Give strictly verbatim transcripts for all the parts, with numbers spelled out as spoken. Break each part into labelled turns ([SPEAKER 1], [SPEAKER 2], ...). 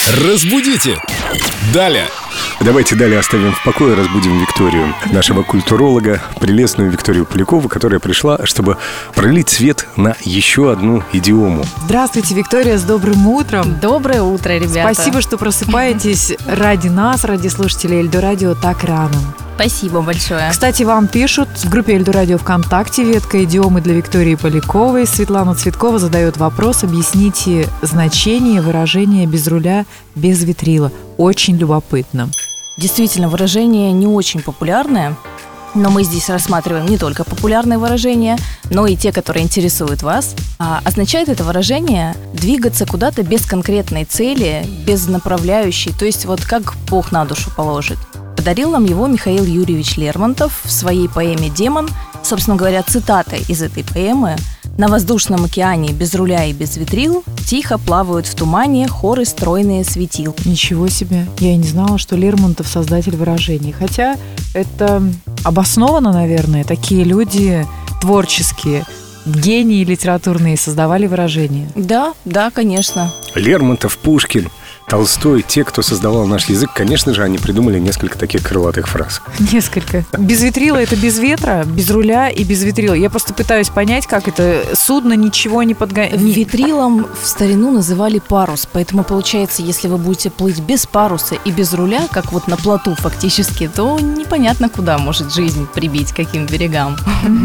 [SPEAKER 1] Разбудите! Далее!
[SPEAKER 2] Давайте далее оставим в покое, разбудим Викторию, нашего культуролога, прелестную Викторию Полякову, которая пришла, чтобы пролить свет на еще одну идиому.
[SPEAKER 3] Здравствуйте, Виктория, с добрым утром.
[SPEAKER 4] Доброе утро, ребята.
[SPEAKER 3] Спасибо, что просыпаетесь ради нас, ради слушателей Эльдо Радио так рано.
[SPEAKER 4] Спасибо большое.
[SPEAKER 3] Кстати, вам пишут в группе Эльдо Радио ВКонтакте, ветка идиомы для Виктории Поляковой. Светлана Цветкова задает вопрос: объясните значение выражения «без руля, без ветрила». Очень любопытно.
[SPEAKER 4] Действительно, выражение не очень популярное, но мы здесь рассматриваем не только популярные выражения, но и те, которые интересуют вас. А означает это выражение двигаться куда-то без конкретной цели, без направляющей, то есть вот как Бог на душу положит. Подарил нам его Михаил Юрьевич Лермонтов в своей поэме «Демон». Собственно говоря, цитата из этой поэмы: «На воздушном океане без руля и без ветрил тихо плавают в тумане хоры стройные светил».
[SPEAKER 3] Ничего себе. Я и не знала, что Лермонтов создатель выражений. Хотя это обоснованно, наверное. Такие люди творческие, гении литературные создавали выражения.
[SPEAKER 4] Да, да, конечно.
[SPEAKER 2] Лермонтов, Пушкин, Толстой, те, кто создавал наш язык, конечно же, они придумали несколько таких крылатых фраз.
[SPEAKER 3] Несколько. Без ветрила — это без ветра, без руля и без ветрила. Я просто пытаюсь понять, как это судно ничего не подгоняет.
[SPEAKER 4] Ветрилом в старину называли парус, поэтому получается, если вы будете плыть без паруса и без руля, как вот на плоту фактически, то непонятно, куда может жизнь прибить, к каким берегам.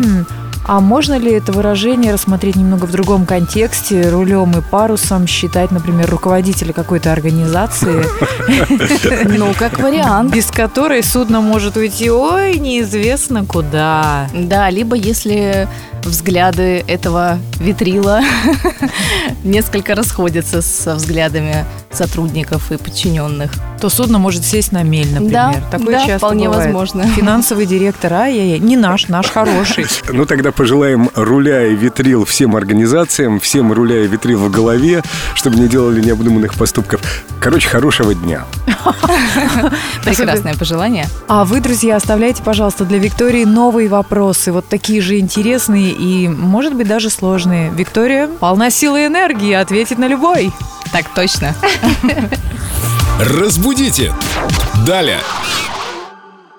[SPEAKER 3] А можно ли это выражение рассмотреть немного в другом контексте? Рулем и парусом считать, например, руководителя какой-то организации,
[SPEAKER 4] Ну, как вариант.
[SPEAKER 3] без которой судно может уйти, ой, неизвестно куда.
[SPEAKER 4] Да, либо если взгляды этого ветрила несколько расходятся со взглядами сотрудников и подчиненных.
[SPEAKER 3] То судно может сесть на мель, например.
[SPEAKER 4] Да,
[SPEAKER 3] Такое
[SPEAKER 4] да,
[SPEAKER 3] часто
[SPEAKER 4] вполне
[SPEAKER 3] бывает.
[SPEAKER 4] возможно.
[SPEAKER 3] Финансовый директор, ай-яй-яй, не наш, наш хороший.
[SPEAKER 2] Ну, тогда пожелаем руля и ветрил всем организациям, всем руля и ветрил в голове, чтобы не делали необдуманных поступков. Короче, хорошего дня.
[SPEAKER 4] Прекрасное пожелание.
[SPEAKER 3] А вы, друзья, оставляйте, пожалуйста, для Виктории новые вопросы, вот такие же интересные и, может быть, даже сложные. Виктория полна силы и энергии, ответит на любой.
[SPEAKER 4] Так точно.
[SPEAKER 1] Разбудите! Далее!